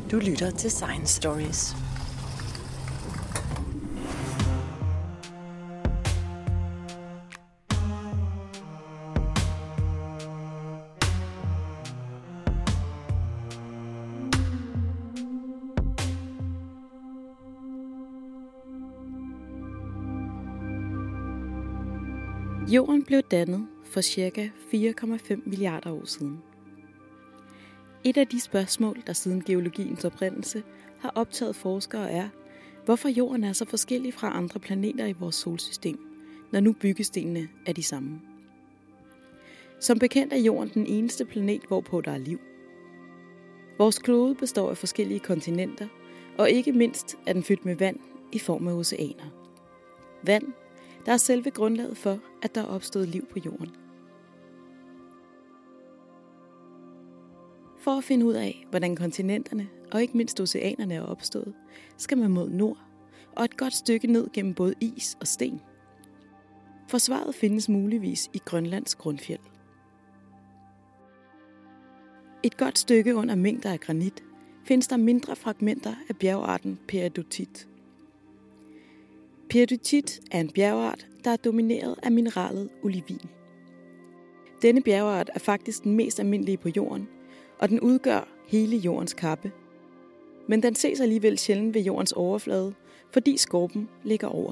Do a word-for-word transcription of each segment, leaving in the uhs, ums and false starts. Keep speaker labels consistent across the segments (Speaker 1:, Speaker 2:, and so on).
Speaker 1: Du lytter til Science Stories.
Speaker 2: Jorden blev dannet for ca. fire komma fem milliarder år siden. Et af de spørgsmål, der siden geologiens oprindelse har optaget forskere er, hvorfor jorden er så forskellig fra andre planeter i vores solsystem, når nu byggestenene er de samme. Som bekendt er jorden den eneste planet, hvorpå der er liv. Vores klode består af forskellige kontinenter, og ikke mindst er den fyldt med vand i form af oceaner. Vand, der er selve grundlaget for, at der er opstået liv på jorden. For at finde ud af, hvordan kontinenterne og ikke mindst oceanerne er opstået, skal man mod nord og et godt stykke ned gennem både is og sten. For svaret findes muligvis i Grønlands grundfjeld. Et godt stykke under mængder af granit findes der mindre fragmenter af bjergarten peridotit. Peridotit er en bjergart, der er domineret af mineralet olivin. Denne bjergart er faktisk den mest almindelige på jorden, og den udgør hele jordens kappe. Men den ses alligevel sjældent ved jordens overflade, fordi skorpen ligger over.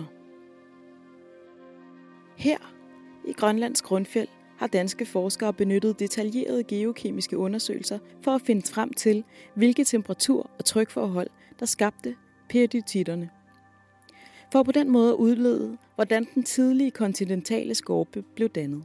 Speaker 2: Her, i Grønlands grundfjeld, har danske forskere benyttet detaljerede geokemiske undersøgelser for at finde frem til, hvilke temperatur- og trykforhold, der skabte peridotitterne. For på den måde at udlede, hvordan den tidlige kontinentale skorpe blev dannet.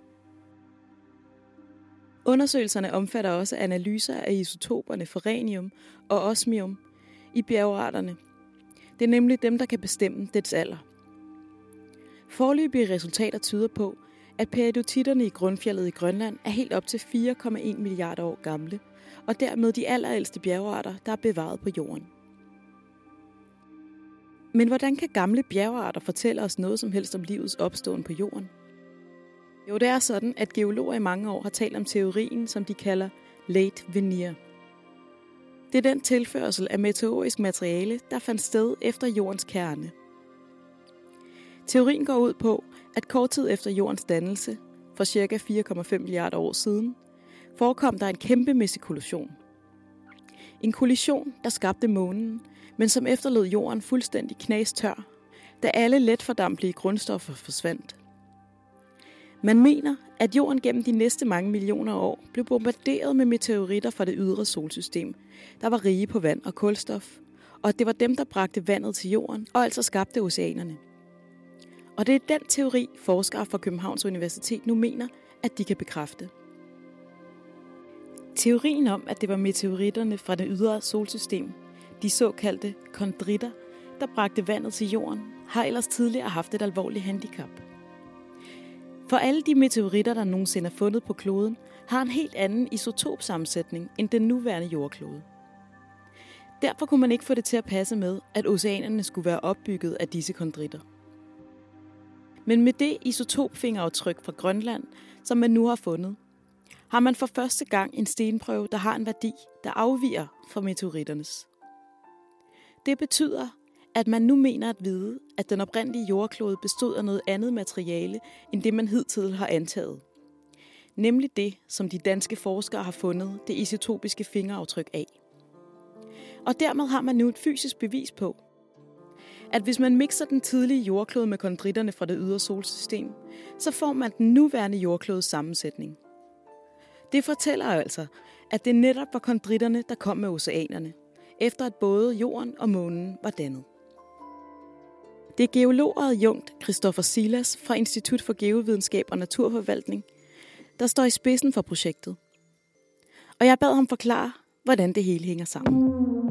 Speaker 2: Undersøgelserne omfatter også analyser af isotoperne forrenium og osmium i bjergarterne. Det er nemlig dem, der kan bestemme dets alder. Foreløbige resultater tyder på, at peridotitterne i grundfjeldet i Grønland er helt op til fire komma en milliarder år gamle, og dermed de allerældste bjergarter, der er bevaret på jorden. Men hvordan kan gamle bjergarter fortælle os noget som helst om livets opståen på jorden? Jo, det er sådan, at geologer i mange år har talt om teorien, som de kalder late veneer. Det er den tilførsel af meteorisk materiale, der fandt sted efter jordens kerne. Teorien går ud på, at kort tid efter jordens dannelse, for ca. fire komma fem milliarder år siden, forekom der en kæmpemæssig kollision. En kollision, der skabte månen, men som efterlod jorden fuldstændig knastør, da alle letfordampelige grundstoffer forsvandt. Man mener, at jorden gennem de næste mange millioner år blev bombarderet med meteoritter fra det ydre solsystem, der var rige på vand og kulstof, og at det var dem, der bragte vandet til jorden og altså skabte oceanerne. Og det er den teori, forskere fra Københavns Universitet nu mener, at de kan bekræfte. Teorien om, at det var meteoritterne fra det ydre solsystem, de såkaldte kondritter, der bragte vandet til jorden, har ellers tidligere haft et alvorligt handicap. For alle de meteoritter, der nogensinde er fundet på kloden, har en helt anden isotopsammensætning end den nuværende jordklode. Derfor kunne man ikke få det til at passe med, at oceanerne skulle være opbygget af disse kondritter. Men med det isotopfingeraftryk fra Grønland, som man nu har fundet, har man for første gang en stenprøve, der har en værdi, der afviger fra meteoritternes. Det betyder, at man nu mener at vide, at den oprindelige jordklode bestod af noget andet materiale, end det man hidtil har antaget. Nemlig det, som de danske forskere har fundet det isotopiske fingeraftryk af. Og dermed har man nu et fysisk bevis på, at hvis man mixer den tidlige jordklode med kondritterne fra det ydre solsystem, så får man den nuværende jordklodes sammensætning. Det fortæller altså, at det netop var kondritterne, der kom med oceanerne, efter at både jorden og månen var dannet. Det er geologer Jungt Christopher Silas fra Institut for Geovidenskab og Naturforvaltning, der står i spidsen for projektet. Og jeg bad ham forklare, hvordan det hele hænger sammen.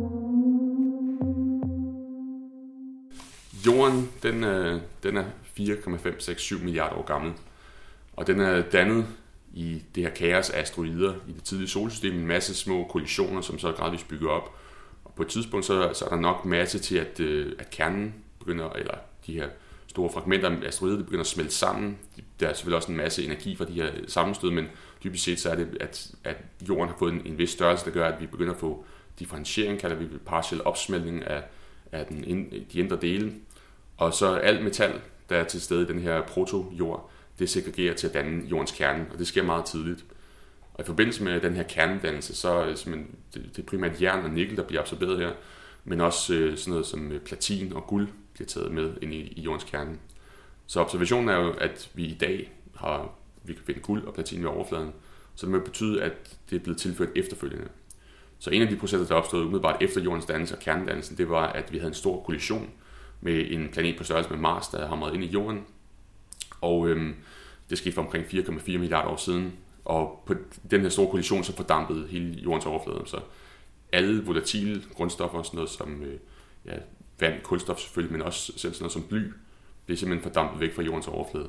Speaker 3: Jorden, den, den er fire komma fem seks syv milliarder år gammel, og den er dannet i det her kaos af asteroider i det tidlige solsystem, en masse små kollisioner, som så gradvist bygger op. Og på et tidspunkt så, så er der nok masse til, at, at kernen begynder, eller de her store fragmenter af asteroider, de begynder at smelte sammen. Der er selvfølgelig også en masse energi fra de her sammenstød, men dybest set så er det, at, at jorden har fået en, en vis størrelse, der gør, at vi begynder at få differentiering, kalder vi partiel opsmeltning af, af den, de indre dele. Og så alt metal, der er til stede i den her proto-jord, det segregerer til at danne jordens kerne, og det sker meget tidligt. Og i forbindelse med den her kernedannelse, så er det, det er primært jern og nikkel, der bliver absorberet her, men også øh, sådan noget som platin og guld bliver taget med ind i, i jordens kerne. Så observationen er jo, at vi i dag har, vi kan finde guld og platin ved overfladen, så det må betyde, at det er blevet tilført efterfølgende. Så en af de processer, der opstod umiddelbart efter jordens dannelse og kernedannelsen, det var, at vi havde en stor kollision med en planet på størrelse med Mars, der hamrede ind i jorden. Og øhm, det skete for omkring fire komma fire milliarder år siden. Og på den her store kollision, så fordampede hele jordens overflade. Så alle volatile grundstoffer, sådan noget som øh, ja, vand, kulstof selvfølgelig, men også selv sådan noget som bly, blev simpelthen fordampet væk fra jordens overflade.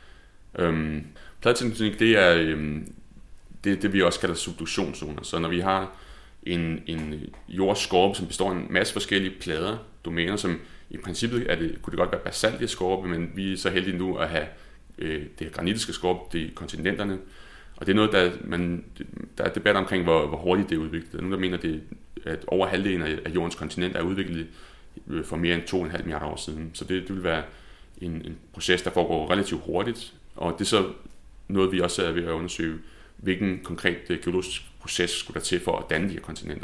Speaker 3: Øhm, Pladetektonik, det er øhm, det, det, vi også kalder subduktionszoner. Så når vi har en, en jordskorpe, som består af en masse forskellige plader, domæner, som i princippet er det, kunne det godt være basaltige skorpe, men vi er så heldige nu at have øh, det her granitiske skorpe, det er kontinenterne. Og det er noget, der, man, der er debat omkring, hvor, hvor hurtigt det er udviklet. Der er nogen, der mener, det, at over halvdelen af jordens kontinent er udviklet for mere end to komma fem milliarder år siden. Så det, det vil være en, en proces, der foregår relativt hurtigt. Og det er så noget, vi også er ved at undersøge, hvilken konkret geologisk proces skulle der til for at danne de her kontinenter.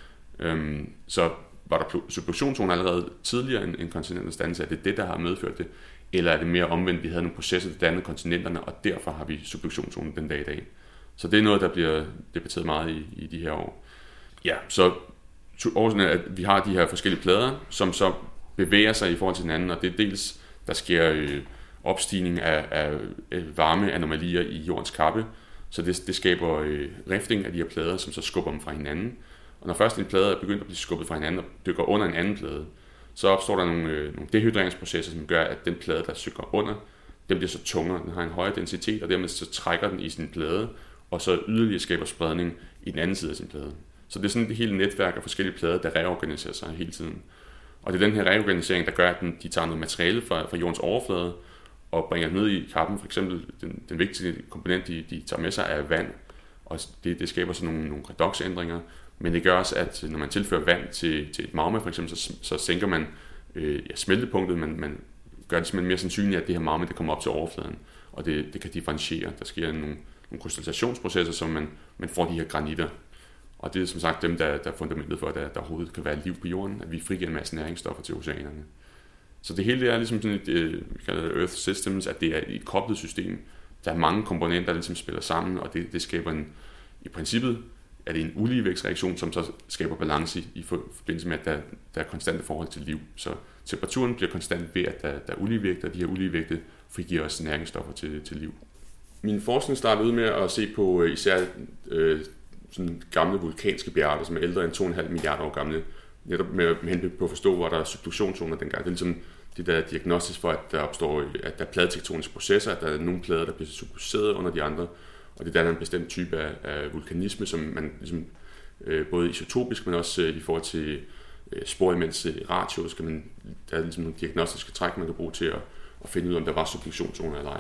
Speaker 3: Øhm, så var der subduktionszoner allerede tidligere end, end kontinenters dannelse? Er det det, der har medført det? Eller er det mere omvendt, vi havde nogle processer, der dannede kontinenterne, og derfor har vi subduktionszoner den dag i dag? Så det er noget, der bliver debatteret meget i, i de her år. Ja, så årsagen er, at vi har de her forskellige plader, som så bevæger sig i forhold til hinanden, og det er dels, der sker øh, opstigning af, af, af varmeanomalier i jordens kappe, så det, det skaber øh, rifting af de her plader, som så skubber dem fra hinanden. Og når først en plade er begyndt at blive skubbet fra hinanden og dykker under en anden plade, så opstår der nogle, øh, nogle dehydreringsprocesser, som gør, at den plade, der synker under, den bliver så tungere, den har en højere densitet, og dermed så trækker den i sin plade, og så yderligere skaber spredning i den anden side af sin plade. Så det er sådan et helt netværk af forskellige plader, der reorganiserer sig hele tiden. Og det er den her reorganisering, der gør, at de tager noget materiale fra, fra jordens overflade, og bringer det ned i kappen. For eksempel den, den vigtigste komponent, de, de tager med sig, er vand, og det, det skaber sådan nogle, nogle redoxændringer. Men det gør også, at når man tilfører vand til, til et magma, for eksempel, så, så sænker man øh, ja, smeltepunktet, men man gør det simpelthen mere sandsynligt, at det her magma det kommer op til overfladen, og det, det kan differentiere. Der sker nogle, nogle krystallisationsprocesser, som man, man får de her granitter. Og det er som sagt dem, der, der er fundamentet for, at der, der overhovedet kan være liv på jorden, at vi frigiver en masse næringsstoffer til oceanerne. Så det hele det er ligesom sådan et, vi kalder det Earth Systems, at det er et koblet system. Der er mange komponenter, der ligesom spiller sammen, og det, det skaber en, i princippet, er det en uligevægtsreaktion, som så skaber balance i, i forbindelse med, at der, der er konstante forhold til liv. Så temperaturen bliver konstant ved, at der, der er uligevægte, og de her uligevægte frigiver os næringsstoffer til, til liv. Min forskning startede ud med at se på især øh, sådan gamle vulkanske bjerge, som er ældre end to komma fem milliarder år gamle, netop med, med henblik på at forstå, hvor der er subduktionszoner dengang. Det er ligesom det der diagnostisk for, at der opstår, at der er pladetektoniske processer, at der er nogle plader, der bliver subduceret under de andre, og det der er en bestemt type af, af vulkanisme, som man ligesom, øh, både isotopisk, men også øh, i forhold til øh, sporimens ratio, skal man, der er ligesom nogle diagnostiske træk, man kan bruge til at, at finde ud af, om der var subduktionszoner eller ej.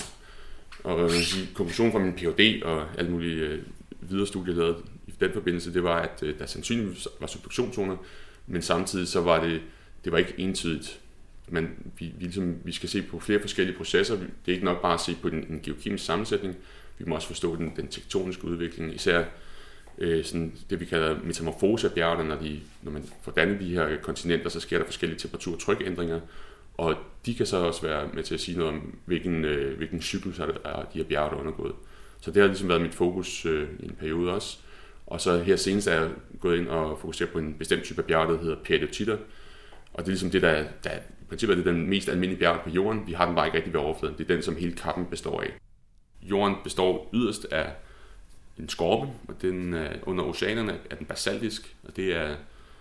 Speaker 3: Og øh, konklusionen fra min P H D og alle mulige øh, videre studier, lavet i den forbindelse, det var, at øh, der sandsynligvis var subduktionszoner, men samtidig så var det, det var ikke entydigt. Men vi, vi, ligesom, vi skal se på flere forskellige processer. Det er ikke nok bare at se på den, den geokemiske sammensætning. Vi må også forstå den, den tektoniske udvikling, især øh, sådan det, vi kalder metamorfose af bjergene. Når, de, når man får dannet de her kontinenter, så sker der forskellige temperatur- og trykændringer, og de kan så også være med til at sige noget om, hvilken, øh, hvilken cyklus er de her bjerge, der er undergået. Så det har ligesom været mit fokus øh, i en periode også. Og så her senest er jeg gået ind og fokuseret på en bestemt type af bjerge, der hedder paleotitter. Og det er ligesom det, der, der i princippet er det den mest almindelige bjerg på jorden. Vi har den bare ikke rigtig ved overfladen. Det er den, som hele kappen består af. Jorden består yderst af en skorpe, og den er, under oceanerne er den basaltisk, og det er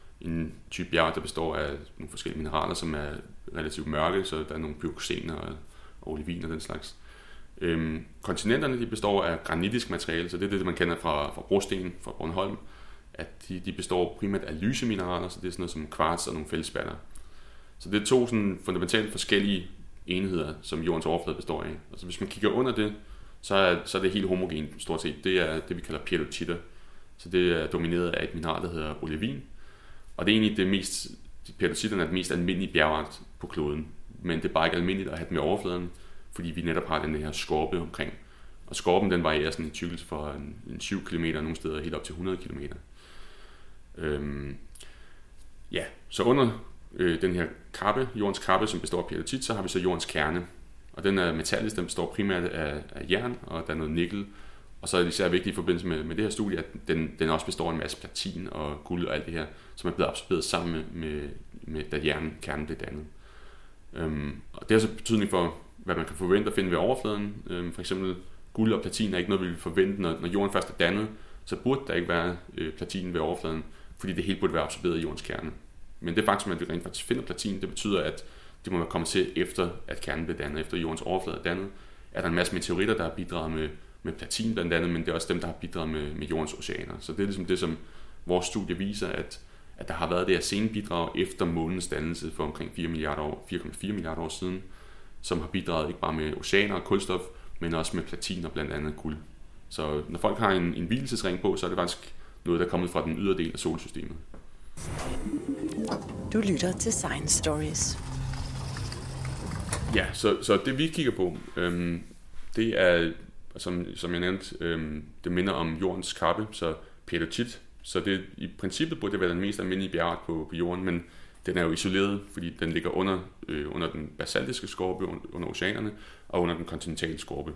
Speaker 3: en type bjerg, der består af nogle forskellige mineraler, som er relativt mørke, så der er nogle pyroxener og, og olivin og den slags. Øhm, kontinenterne de består af granitisk materiale, så det er det, man kender fra, fra brosten, fra Bornholm, at de, de består primært af lyse mineraler, så det er sådan noget som kvarts og nogle feldspatter. Så det er to sådan fundamentalt forskellige enheder, som jordens overflade består af. Altså hvis man kigger under det, så er, så er det helt homogent stort set. Det er det, vi kalder paleotitter. Så det er domineret af et mineral, der hedder olivin. Og det er egentlig det mest, periodicitterne er det mest almindelige bjergart på kloden, men det er bare ikke almindeligt at have dem i overfladen, fordi vi netop har den her skorpe omkring. Og skorpen den varierer sådan i tykkelse fra en, en syv kilometer, nogle steder helt op til hundrede kilometer. Øhm, ja, så under øh, den her kappe, jordens kappe, som består af periodicit, så har vi så jordens kerne. Og den er metallisk, den består primært af, af jern, og der er noget nikkel. Og så er det især vigtigt i forbindelse med, med det her studie, at den, den også består af en masse platin og guld og alt det her, som er blevet absorberet sammen med, med, med da jernkernen blev dannet. Øhm, og det har så betydning for, hvad man kan forvente at finde ved overfladen. Øhm, for eksempel guld og platin er ikke noget, vi vil forvente, når, når jorden først er dannet, så burde der ikke være øh, platin ved overfladen, fordi det helt burde være absorberet i jordens kerne. Men det faktum, at vi rent faktisk finder platin, det betyder, at det må være kommet til efter, at kernen blev dannet, efter jordens overflade er dannet. Er der en masse meteoritter, der har bidraget med, med platin blandt andet, men det er også dem, der har bidraget med, med jordens oceaner. Så det er ligesom det, som vores studie viser, at, at der har været det her sene bidrag efter månens dannelse for omkring fire komma fire milliarder år siden, som har bidraget ikke bare med oceaner og kulstof, men også med platin og blandt andet guld. Så når folk har en, en hvilesesring på, så er det faktisk noget, der er kommet fra den ydre del af solsystemet.
Speaker 1: Du lytter til Science Stories.
Speaker 3: Ja, så, så det vi kigger på, øhm, det er, som, som jeg nævnte, øhm, det minder om jordens kappe, så periodicit. Så det i princippet burde det være den mest almindelige bjergart på, på jorden, men den er jo isoleret, fordi den ligger under, øh, under den basaltiske skorpe, under oceanerne, og under den kontinentale skorpe.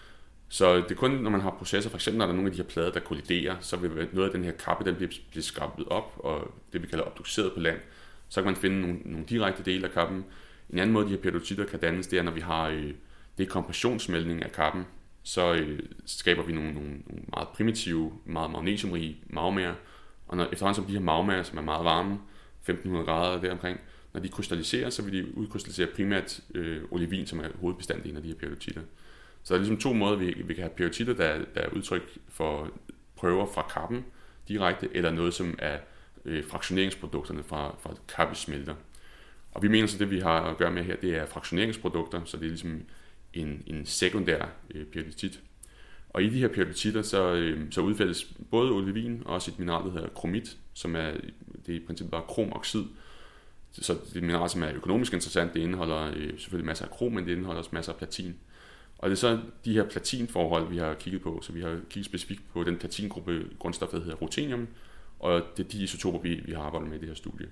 Speaker 3: Så det er kun, når man har processer, for eksempel når der er nogle af de her plader, der kolliderer, så vil noget af den her kappe, den bliver, bliver skrabet op, og det vi kalder obduceret på land. Så kan man finde nogle, nogle direkte dele af kappen. En anden måde, de her periodicitter kan dannes, det er, når vi har øh, dekompressionssmeltning af kappen, så øh, skaber vi nogle, nogle, nogle meget primitive, meget magnesiumrige magmaer. Og når, efterhånden som de her magmaer, som er meget varme, femten hundrede grader deromkring, når de krystalliserer, så vil de udkrystallisere primært øh, olivin, som er hovedbestanddelen af de her periodicitter. Så der er ligesom to måder, vi, vi kan have periodicitter, der, der er udtryk for prøver fra kappen direkte, eller noget, som er øh, fraktioneringsprodukterne fra, fra kappesmelter. Og vi mener så, det vi har at gøre med her, det er fraktioneringsprodukter, så det er ligesom en, en sekundær øh, periodicit. Og i de her periodicitter, så, øh, så udfældes både olivin og også et mineral, der hedder kromit, som er, det er i princippet bare kromoxid. Så det er et mineral, som er økonomisk interessant. Det indeholder øh, selvfølgelig masser af krom, men det indeholder også masser af platin. Og det er så de her platinforhold, vi har kigget på. Så vi har kigget specifikt på den platingruppe grundstof, der hedder ruthenium, og det er de isotoper, vi, vi har arbejdet med i det her studie.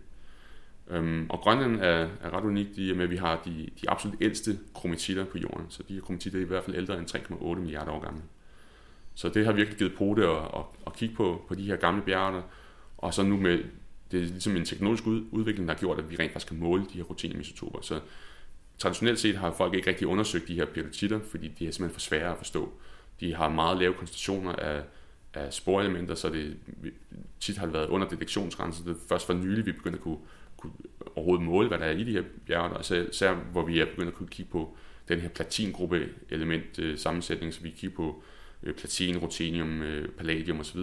Speaker 3: Øhm, og Grønland er, er ret unikt i, med at vi har de, de absolut ældste kromatitter på jorden. Så de her kromatitter er i hvert fald ældre end tre komma otte milliarder år gamle. Så det har virkelig givet pote at, at, at kigge på, på de her gamle bjergarter. Og så nu med, det er ligesom en teknologisk udvikling, der har gjort, at vi rent faktisk kan måle de her rutheniumisotoper. Så traditionelt set har folk ikke rigtig undersøgt de her periodicitter, fordi de er simpelthen for svære at forstå. De har meget lave koncentrationer af, af sporelementer, så det tit har det været under detektionsgrænsen. Det er først for nylig, vi begynder at kunne, kunne overhovedet måle, hvad der er i de her bjergarter, og så især hvor vi er begyndt at kunne kigge på den her platingruppe element øh, sammensætning, så vi kigger på øh, platin, ruthenium, øh, palladium osv.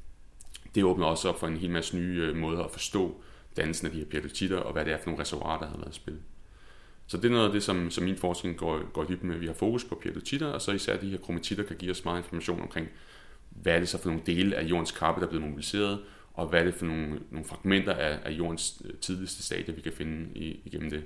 Speaker 3: Det åbner også op for en hel masse nye øh, måder at forstå dannelsen af de her periodicitter, og hvad det er for nogle reservoirer, der har været i spil. Så det er noget af det, som, som min forskning går, går dybt med. Vi har fokus på periodicitter, og så især de her kromatitter kan give os meget information omkring, hvad er det så for nogle dele af jordens kappe, der er blevet mobiliseret, og hvad er det for nogle, nogle fragmenter af, af jordens tidligste stadier, vi kan finde i, igennem det.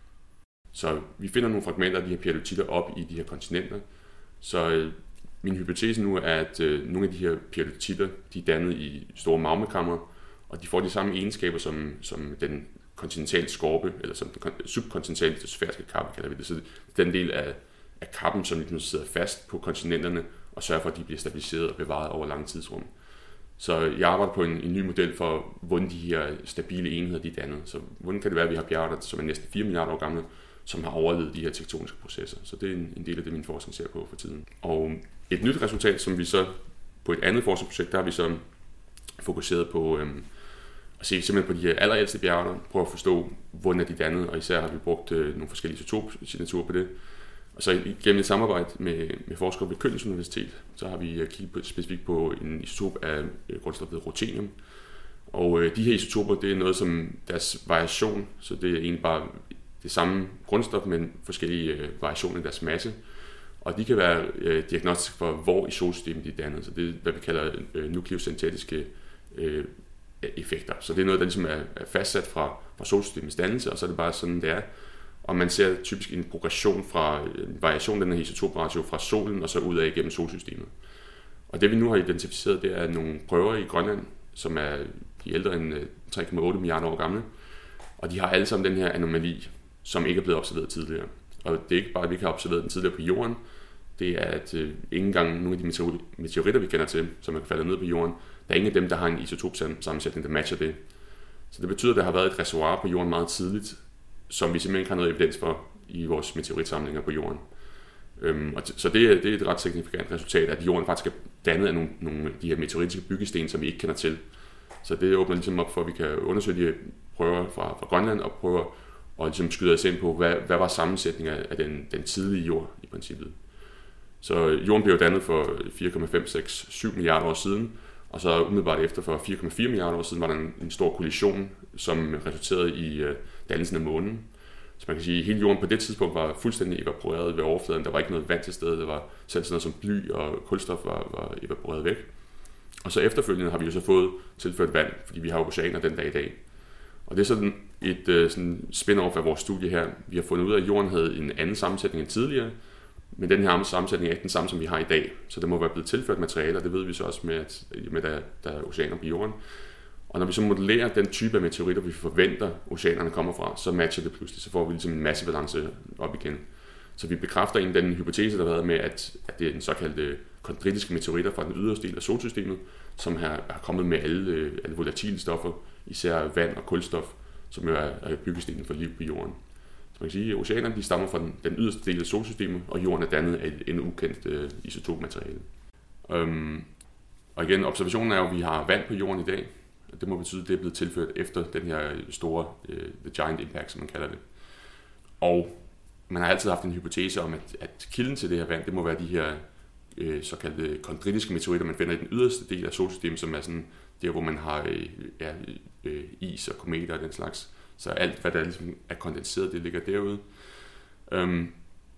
Speaker 3: Så vi finder nogle fragmenter af de her periodicitter op i de her kontinenter. Så øh, min hypotese nu er, at øh, nogle af de her periodicitter, de er dannet i store magmakammer, og de får de samme egenskaber som, som den kontinentale skorpe, eller som den subkontinentale sfæriske kappe, kalder vi det. Så det er den del af, af kappen, som ligesom sidder fast på kontinenterne, og sørger for, at de bliver stabiliseret og bevaret over lange tidsrum. Så jeg arbejder på en, en ny model for, hvordan de her stabile enheder de er dannet. Så hvordan kan det være, at vi har bjergarter, som er næsten fire milliarder år gamle, som har overlevet de her tektoniske processer. Så det er en, en del af det, min forskning ser på for tiden. Og et nyt resultat, som vi så på et andet forskningsprojekt, der har vi så fokuseret på øhm, at se simpelthen på de her allerældste bjergarter, prøve at forstå, hvordan er de dannet, og især har vi brugt øh, nogle forskellige isotopsignaturer på det. Og så gennem et samarbejde med, med forskere ved Københavns Universitet, så har vi kigget på, specifikt på en isotop af grundstoffet ruthenium. Og øh, de her isotoper, det er noget som deres variation, så det er egentlig bare det samme grundstof, men forskellige øh, variationer i deres masse. Og de kan være øh, diagnostisk for, hvor i solsystemet de er dannet. Så det er, hvad vi kalder øh, nukleosyntetiske øh, effekter. Så det er noget, der ligesom er fastsat fra, fra solsystemets dannelse, og så er det bare sådan, det er. Og man ser typisk en progression fra en variation af den her isotopratio fra solen og så ud af igennem solsystemet. Og det vi nu har identificeret, det er nogle prøver i Grønland, som er de ældre end tre komma otte milliarder år gamle. Og de har alle sammen den her anomali, som ikke er blevet observeret tidligere. Og det er ikke bare, at vi ikke har observeret den tidligere på jorden. Det er, at øh, ikke engang nogle af de meteoritter, vi kender til, som er faldet ned på jorden, der er ingen af dem, der har en isotopsammensætning, der matcher det. Så det betyder, at der har været et reservoir på jorden meget tidligt, som vi simpelthen ikke har noget evidens for i vores meteoritsamlinger på jorden. Øhm, og t- så det er, det er et ret signifikant resultat, at jorden faktisk er dannet af nogle, nogle af de her meteoritiske byggesten, som vi ikke kender til. Så det åbner ligesom op for, at vi kan undersøge de prøver fra, fra Grønland og prøve at ligesom skyde os ind på, hvad, hvad var sammensætningen af den, den tidlige jord i princippet. Så jorden blev dannet for fire komma fem seks syv milliarder år siden, og så umiddelbart efter for fire komma fire milliarder år siden var der en, en stor kollision, som resulterede i uh, dannelsen af månen. Så man kan sige, at hele jorden på det tidspunkt var fuldstændig evaporeret ved overfladen. Der var ikke noget vand til stede. Der var selv sådan noget som bly og kulstof var, var evaporeret væk. Og så efterfølgende har vi jo så fået tilført vand, fordi vi har oceaner den dag i dag. Og det er sådan et sådan spin-off af vores studie her. Vi har fundet ud af, at jorden havde en anden sammensætning end tidligere, men den her sammensætning er ikke den samme, som vi har i dag. Så der må være blevet tilført materiale, og det ved vi så også med, at med der, der er oceaner på jorden. Og når vi så modellerer den type af meteoritter, vi forventer, oceanerne kommer fra, så matcher det pludselig. Så får vi ligesom en massebalance op igen. Så vi bekræfter egentlig den hypotese, der har været med, at, at det er den såkaldte kondritiske meteoritter fra den yderste del af solsystemet, som har, har kommet med alle, alle volatile stoffer, især vand og kulstof, som jo er, er byggestenen for liv på jorden. Så man kan sige, at oceanerne de stammer fra den, den yderste del af solsystemet, og jorden er dannet af en ukendt uh, isotopmateriale. Um, og igen, observationen er jo, at vi har vand på jorden i dag. Det må betyde, at det er blevet tilført efter den her store uh, The Giant Impact, som man kalder det. Og man har altid haft en hypotese om, at, at kilden til det her vand, det må være de her uh, såkaldte kondritiske meteoritter, man finder i den yderste del af solsystemet, som er sådan der, hvor man har uh, ja, uh, is og kometer og den slags. Så alt, hvad der ligesom er kondenseret, det ligger derude. Um,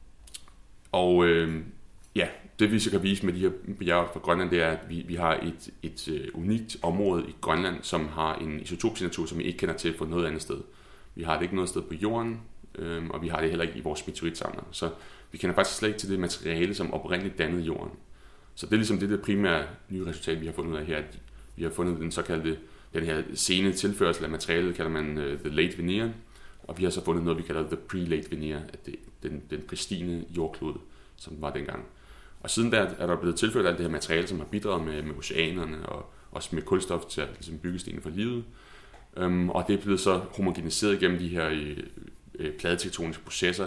Speaker 3: og uh, ja, det vi så kan vise med de her bjerge fra Grønland, det er, at vi, vi har et, et uh, unikt område i Grønland, som har en isotopsignatur, som vi ikke kender til fra noget andet sted. Vi har det ikke noget sted på jorden, um, og vi har det heller ikke i vores meteoritsamler. Så vi kender faktisk slet ikke til det materiale, som oprindeligt dannede jorden. Så det er ligesom det, det primære nye resultat, vi har fundet ud af her. At vi har fundet den såkaldte, den her sene tilførsel af materialet, kalder man uh, the late veneer, og vi har så fundet noget, vi kalder the pre-late veneer, at det, den, den pristine jordklode, som var dengang. Og siden da er der blevet tilført alt det her materiale, som har bidraget med, med oceanerne og også med kulstof til at ligesom, byggestenen for livet. Um, og det er blevet så homogeniseret gennem de her øh, øh, pladetektoniske processer.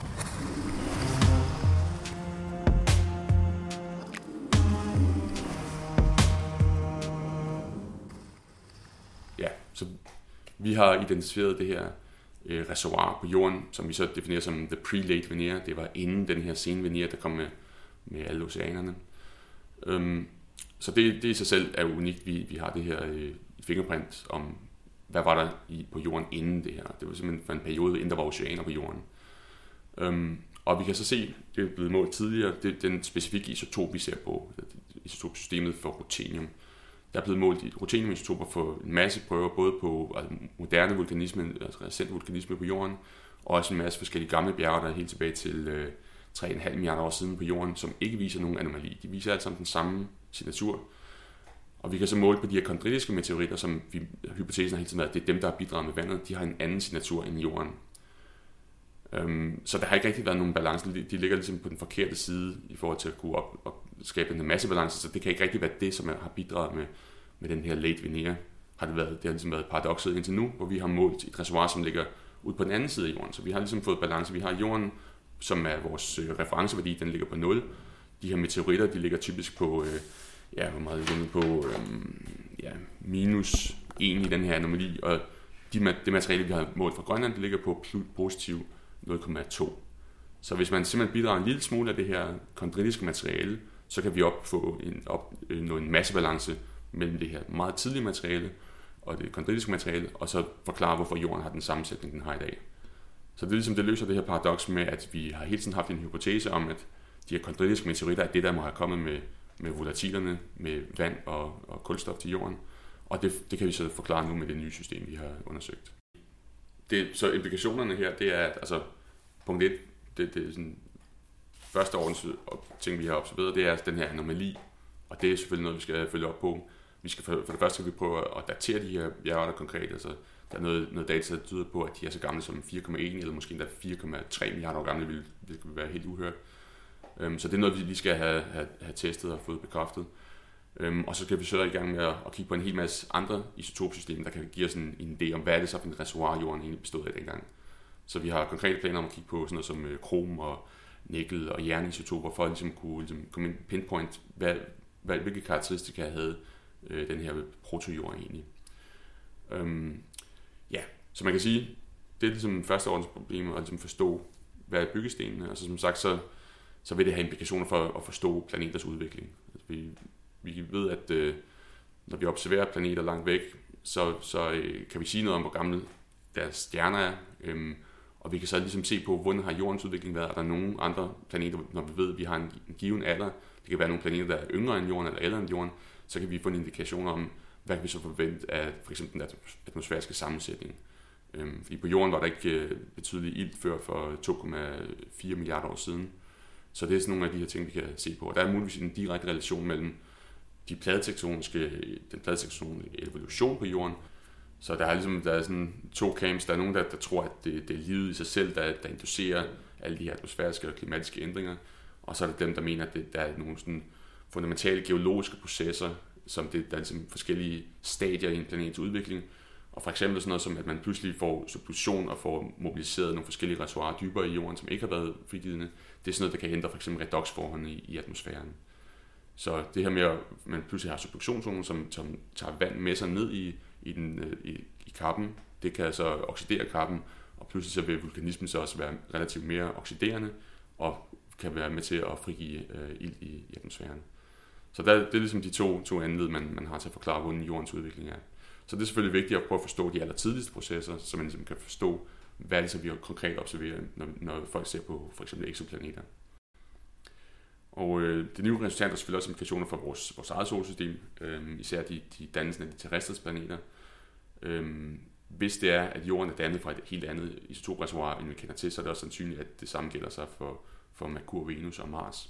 Speaker 3: Ja, så vi har identificeret det her øh, reservoir på jorden, som vi så definerer som the pre-late veneer. Det var inden den her sene veneer, der kom med med alle oceanerne. Um, så det, det i sig selv er unikt, vi, vi har det her øh, fingerprint om, hvad var der i, på jorden inden det her. Det var simpelthen for en periode, inden der var oceaner på jorden. Um, og vi kan så se, det er blevet målt tidligere, det er den specifikke isotop, vi ser på, isotopsystemet for ruthenium. Der er blevet målt rutheniumisotoper for en masse prøver, både på altså moderne vulkanisme, altså recent vulkanisme på jorden, og også en masse forskellige gamle bjerge, der er helt tilbage til øh, tre komma fem milliarder år siden på jorden, som ikke viser nogen anomali. De viser alt sammen den samme signatur. Og vi kan så måle på de her kondritiske meteoritter, som vi, hypotesen har hele tiden været, at det er dem, der har bidraget med vandet. De har en anden signatur end jorden. Um, så der har ikke rigtig været nogen balance. De, de ligger ligesom på den forkerte side i forhold til at kunne op, op, skabe en massebalance, så det kan ikke rigtig være det, som har bidraget med, med den her late veneer. Har det, været, det har ligesom været paradokset indtil nu, hvor vi har målt et reservoir, som ligger ud på den anden side af jorden. Så vi har ligesom fået balance. Vi har jorden, som er vores øh, referenceværdi, den ligger på nul. De her meteoritter, de ligger typisk på, øh, ja, hvor meget ligger på, øh, ja, minus en i den her anomali, og de, det materiale, vi har målt fra Grønland, det ligger på positiv nul komma to. Så hvis man simpelthen bidrager en lille smule af det her kondritiske materiale, så kan vi opfå en, op, nå en massebalance mellem det her meget tidlige materiale og det kondritiske materiale, og så forklare, hvorfor jorden har den sammensætning, den har i dag. Så det er ligesom, det løser det her paradoks med, at vi har hele tiden haft en hypotese om, at de her kondritiske meteoritter er det, der må have kommet med, med volatilerne, med vand og, og kulstof til jorden. Og det, det kan vi så forklare nu med det nye system, vi har undersøgt. Det, så implikationerne her, det er, at altså, punkt et, det, det er sådan, første ordens ting, vi har observeret, det er den her anomali, og det er selvfølgelig noget, vi skal følge op på. Vi skal for, for det første skal vi prøve at datere de her bjergarter konkret. Altså, der er noget, noget data, der tyder på, at de er så gamle som fire komma en eller måske endda fire komma tre milliarder år gamle, hvilket vil være helt uhørt. Um, så det er noget, vi lige skal have, have, have testet og fået bekræftet. Um, og så skal vi så i gang med at, at kigge på en hel masse andre isotopsystemer, der kan give os en, en idé om, hvad er det så for en reservoir, jorden egentlig bestod af dengang. Så vi har konkrete planer om at kigge på sådan noget som uh, krom og nikkel og jernisotoper, for at ligesom kunne ligesom, komme ind pinpoint, hvad, hvad, hvilke karakteristika havde øh, den her protojord egentlig. Um, ja, så man kan sige, det er ligesom første ordens problem at ligesom forstå, hvad er byggestenene. Altså som sagt, så, så vil det have implikationer for at forstå planeters udvikling. Altså, vi, vi ved, at øh, når vi observerer planeter langt væk, så, så øh, kan vi sige noget om, hvor gamle deres stjerner er. Øhm, og vi kan så ligesom se på, hvordan har jordens udvikling været. Er der nogle andre planeter, når vi ved, at vi har en, en given alder. Det kan være nogle planeter, der er yngre end jorden eller ældre end jorden. Så kan vi få en indikation om, hvad kan vi så forvente af for eksempel den atmosfæriske sammensætning. Øhm, fordi på jorden var der ikke øh, betydelig ilt før for to komma fire milliarder år siden. Så det er sådan nogle af de her ting, vi kan se på. Og der er muligvis en direkte relation mellem de pladetektoniske, den pladetektoniske evolution på jorden. Så der er ligesom der er sådan to camps. Der er nogen, der, der tror, at det, det er livet i sig selv, der, der inducerer alle de her atmosfæriske og klimatiske ændringer. Og så er der dem, der mener, at det, der er nogle sådan fundamentale geologiske processer, som det, der er ligesom forskellige stadier i en planets udvikling. Og for eksempel sådan noget som, at man pludselig får substitution og får mobiliseret nogle forskellige reservoirer dybere i jorden, som ikke har været frigivende. Det er sådan noget, der kan ændre for eksempel redoxforholdene i, i atmosfæren. Så det her med, at man pludselig har subduktionszoner, som, som tager vand med sig ned i, i, den, i, i kappen, det kan så oxidere kappen, og pludselig så vil vulkanismen så også være relativt mere oxiderende, og kan være med til at frigive øh, ild i, i atmosfæren. Så der, det er ligesom de to, to anled, man, man har til at forklare, hvordan jordens udvikling er. Så det er selvfølgelig vigtigt at prøve at forstå de allertidligste processer, så man ligesom kan forstå, hvad det så vi konkret observerer, når, når folk ser på for eksempel eksoplaneter. Og øh, det nye resultat er selvfølgelig også implikationer for vores, vores eget solsystem, øh, især de, de dannelsen af de terrestre planeter. Øh, hvis det er, at jorden er dannet fra et helt andet isotopreservoir, end vi kender til, så er det også sandsynligt, at det samme gælder sig for, for Merkur, Venus og Mars.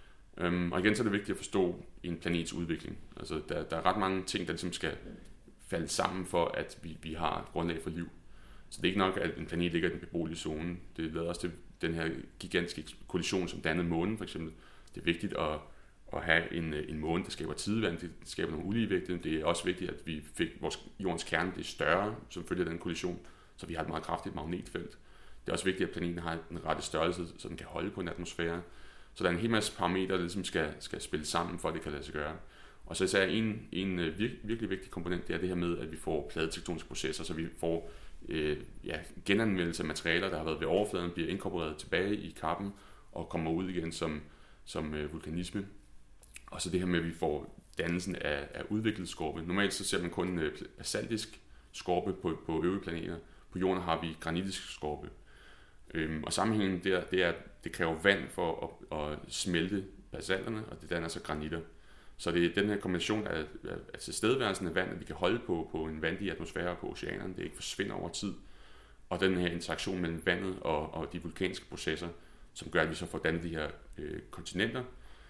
Speaker 3: Øh, og igen så er det vigtigt at forstå en planets udvikling. Altså, der, der er ret mange ting, der ligesom skal falde sammen for, at vi, vi har grundlag for liv. Så det er ikke nok, at en planet ligger i den beboelige zone. Det leder også til den her gigantiske kollision, som dannede månen for eksempel. Det er vigtigt at, at have en, en måne, der skaber tidevand, det skaber nogle uligevægte. Det er også vigtigt, at vi fik vores jordens kerne bliver større, som følger den kollision, så vi har et meget kraftigt magnetfelt. Det er også vigtigt, at planeten har den rette størrelse, så den kan holde på en atmosfære. Så der er en hel masse parametre, der ligesom skal, skal spille sammen, for at det kan lade sig gøre. Og så især en, en virkelig, virkelig vigtig komponent, det er det her med, at vi får pladetektoniske processer, så vi får øh, ja, genanvendelse af materialer, der har været ved overfladen, bliver inkorporeret tilbage i kappen og kommer ud igen som, som øh, vulkanisme. Og så det her med, at vi får dannelsen af, af udviklet skorpe. Normalt så ser man kun øh, basaltisk skorpe på, på øvrige planeter. På jorden har vi granitisk skorpe. Øhm, og sammenhængen der, det er, at det kræver vand for at, at smelte basalterne, og det danner så granitter. Så det er den her kombination af, af, af tilstedeværelsen af vand, at vi kan holde på, på en vandig atmosfære på oceanerne, det ikke forsvinder over tid. Og den her interaktion mellem vandet og, og de vulkanske processer, som gør, at vi så får dannet de her øh, kontinenter.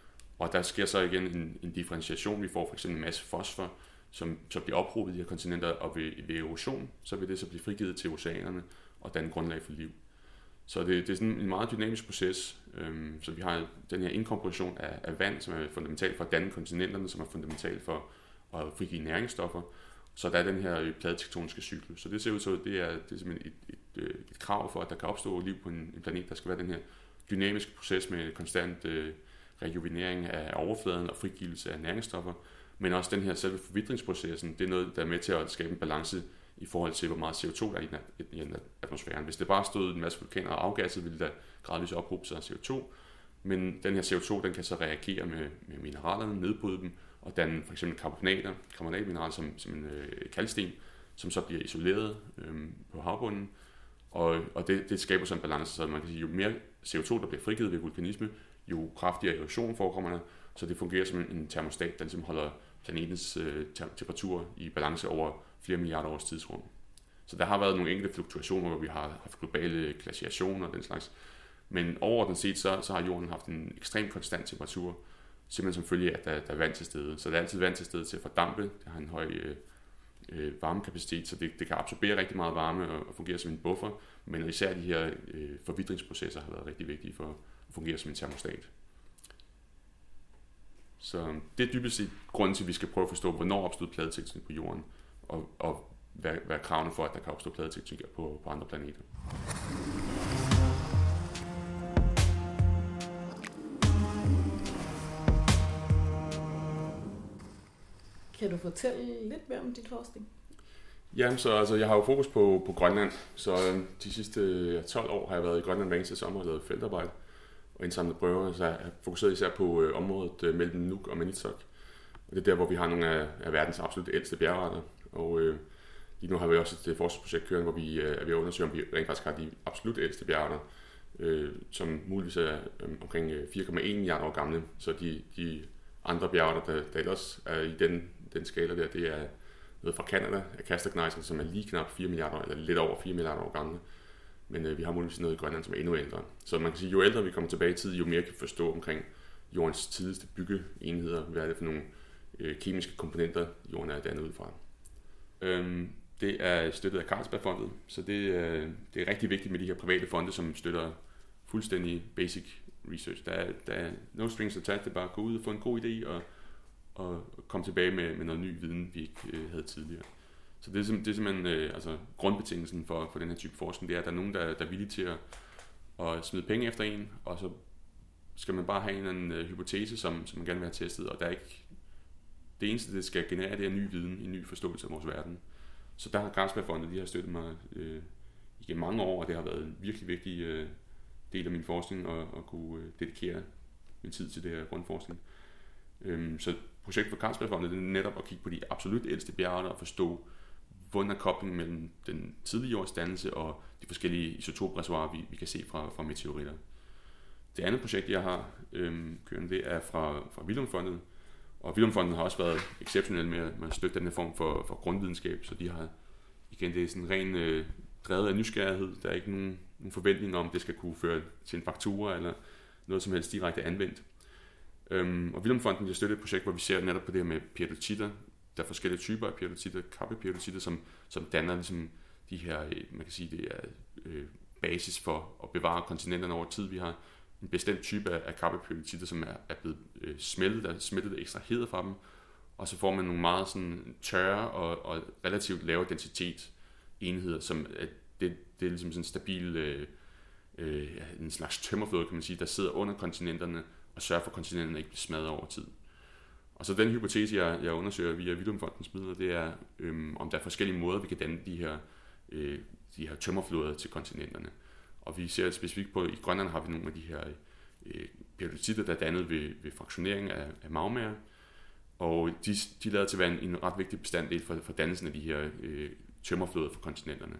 Speaker 3: Og der sker så igen en, en differentiation. Vi får for eksempel en masse fosfor, som så bliver ophobet i de her kontinenter, og ved, ved erosion, så vil det så blive frigivet til oceanerne og danne grundlag for liv. Så det, det er sådan en meget dynamisk proces. Øhm, så vi har den her inkorporation af, af vand, som er fundamentalt for at danne kontinenterne, som er fundamentalt for at frigive næringsstoffer. Så der er den her pladetektoniske cyklus. Så det ser ud til, at det er, det er simpelthen et, et, et, et krav for, at der kan opstå liv på en, en planet. Der skal være den her dynamiske proces med konstant øh, rejuvenering af overfladen og frigivelse af næringsstoffer. Men også den her selve forvitringsprocessen, det er noget, der er med til at skabe en balance i forhold til, hvor meget C O to der er i atmosfæren. Hvis det bare stod en masse vulkaner og afgasset, ville der gradvist ophobe sig af C O to. Men den her C O to, den kan så reagere med, med mineralerne, nedbryde dem, og danne for eksempel karbonater, karbonatmineraler som, som en øh, kalksten, som så bliver isoleret øh, på havbunden. Og, og det, det skaber så en balance, så man kan sige, jo mere C O to, der bliver frigivet ved vulkanisme, jo kraftigere erosion forekommer der, så det fungerer som en, en termostat, der ligesom holder, planetens øh, temperatur i balance over flere milliarder års tidsrum. Så der har været nogle enkelte fluktuationer, hvor vi har haft globale glaciationer og den slags. Men overordnet set, så, så har jorden haft en ekstremt konstant temperatur, simpelthen som følge af, at der, der er vand til stede. Så der er altid vand til stede til at fordampe. Det har en høj øh, øh, varmekapacitet, så det, det kan absorbere rigtig meget varme og, og fungere som en buffer. Men især de her øh, forvidringsprocesser har været rigtig vigtige for at fungere som en termostat. Så det er dybest set grunden til, at vi skal prøve at forstå, hvornår opstod pladetektonik på jorden, og, og hvad, hvad er kravene for, at der kan opstå pladetektonik på, på andre planeter.
Speaker 4: Kan du fortælle lidt mere om dit forskning?
Speaker 3: Jamen, så altså, jeg har jo fokus på, på Grønland, så de sidste tolv år har jeg været i Grønland hver eneste sommer og lavet feltarbejde og indsamlet prøver, så jeg har fokuseret især på øh, området øh, mellem Nuuk og Maniitsoq. Og det er der, hvor vi har nogle af, af verdens absolut ældste bjergarter. Og øh, lige nu har vi også et forskningsprojekt kørende, hvor vi øh, er ved at undersøge, om vi rent faktisk har de absolut ældste bjergarter, øh, som muligvis er øh, omkring fire komma en milliarder år gamle. Så de, de andre bjergarter, der, der ellers er i den, den skala der, det er noget fra Canada, Akasterkneisen, som er lige knap fire milliarder, eller lidt over fire milliarder år gamle. Men øh, vi har muligvis noget i Grønland, som er endnu ældre. Så man kan sige, jo ældre vi kommer tilbage i tid, jo mere kan vi forstå omkring jordens tidligste byggeenheder. Hvad er det for nogle øh, kemiske komponenter, jorden er dannet ud fra. Øhm, det er støttet af Carlsbergfondet, så det, øh, det er rigtig vigtigt med de her private fonde, som støtter fuldstændig basic research. Der er, der er no strings attached, det er bare at gå ud og få en god idé og, og komme tilbage med, med noget ny viden, vi ikke øh, havde tidligere. Så det er, det er simpelthen øh, altså, grundbetingelsen for, for den her type forskning, det er, at der er nogen, der, der er villige til at, at smide penge efter en, og så skal man bare have en eller anden øh, hypotese, som, som man gerne vil have testet, og der er ikke, det eneste, det skal generere, det er ny viden, en ny forståelse af vores verden. Så der har Carlsbergfondet, de har støttet mig øh, igennem mange år, og det har været en virkelig vigtig øh, del af min forskning, at, at kunne øh, dedikere min tid til det her grundforskning. Øhm, så projektet for Carlsbergfondet, det er netop at kigge på de absolut ældste bjergarter og forstå, hvordan er koblingen mellem den tidlige jordsdannelse og de forskellige isotopreservoirer, vi, vi kan se fra, fra meteoritter. Det andet projekt, jeg har øhm, kørende, det er fra, fra Villumfondet. Og Villumfondet har også været exceptionelt med, med at støtte den her form for, for grundvidenskab, så de har, igen, det er sådan ren øh, drevet af nysgerrighed. Der er ikke nogen, nogen forventning om, at det skal kunne føre til en faktura eller noget som helst direkte anvendt. Øhm, og Villumfonden har støttet et projekt, hvor vi ser netop på det her med periodititter. Der er forskellige typer af periodititter, kappeperiodititter, som, som danner ligesom de her, man kan sige, det er øh, basis for at bevare kontinenterne over tid. Vi har en bestemt type af, af kappeperiodititter, som er, er blevet øh, smeltet, der er smeltet ekstraheret fra dem, og så får man nogle meget sådan tørre og, og relativt lave densitet enheder, som er, det, det er ligesom sådan en stabil, øh, øh, en slags tømmerflåde, kan man sige, der sidder under kontinenterne og sørger for, at kontinenterne ikke bliver smadret over tid. Og så den hypotese, jeg, jeg undersøger via Villumfondens midler, det er, øhm, om der er forskellige måder, vi kan danne de her, øh, de her tømmerfloder til kontinenterne. Og vi ser specifikt på, i Grønland har vi nogle af de her øh, periodititter, der er dannet ved, ved fraktionering af, af magmaer. Og de, de lader til at være en, en ret vigtig bestanddel for, for dannelsen af de her øh, tømmerfloder for kontinenterne.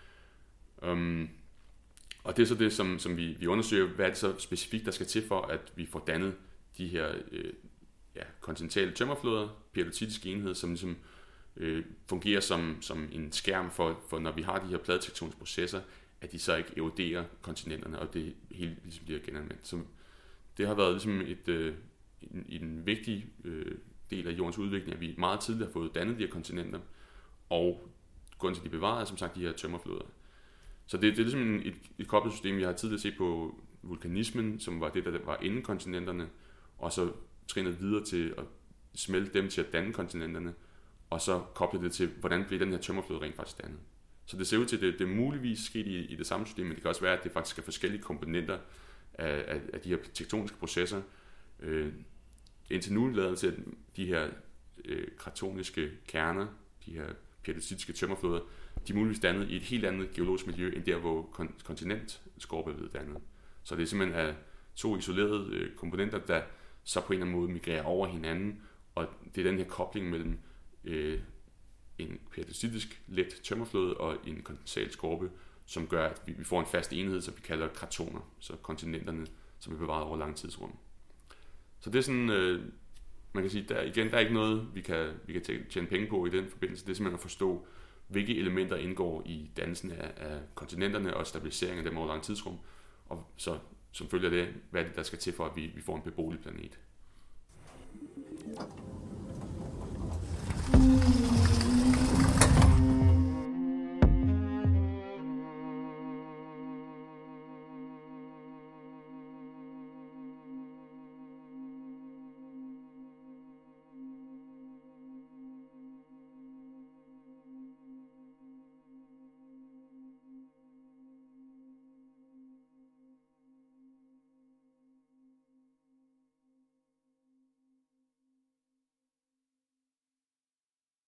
Speaker 3: Um, og det er så det, som, som vi, vi undersøger, hvad er det så specifikt, der skal til for, at vi får dannet de her øh, ja, kontinentale tømmerfloder, perioditiske enheder, som ligesom øh, fungerer som, som en skærm for, for, når vi har de her pladetektoniske processer, at de så ikke eroderer kontinenterne, og det hele ligesom bliver genanvendt. Så det har været ligesom et, øh, en, en vigtig øh, del af jordens udvikling, at vi meget tidligt har fået dannet de her kontinenter, og grunden til, at de bevarer, er som sagt de her tømmerfloder. Så det, det er ligesom et, et koblet system, vi har tidligere set på vulkanismen, som var det, der var inden kontinenterne, og så trinnet videre til at smelte dem til at danne kontinenterne, og så koble det til, hvordan bliver den her tømmerflode rent faktisk dannet. Så det ser ud til, at det, det er muligvis sket i, i det samme system, men det kan også være, at det faktisk er forskellige komponenter af, af, af de her tektoniske processer. Øh, indtil nu lader det til, at de her øh, kratoniske kerner, de her perioditiske tømmerfloder, de er muligvis dannet i et helt andet geologisk miljø, end der, hvor kon- kontinentskorpe er blevet dannet. Så det er simpelthen af to isolerede øh, komponenter, der så på en eller anden måde migrerer over hinanden, og det er den her kobling mellem øh, en perioditisk let tømmerflode og en kondensat skorpe, som gør, at vi, vi får en fast enhed, som vi kalder kratoner, så kontinenterne, som er bevaret over lang tidsrum. Så det er sådan øh, man kan sige, der, igen, der er ikke noget, vi kan, vi kan tjene penge på i den forbindelse. Det er simpelthen at forstå, hvilke elementer indgår i dannelsen af, af kontinenterne og stabiliseringen af dem over lang tidsrum. Og så som følger det, hvad er det, der skal til for, at vi, vi får en beboelig planet.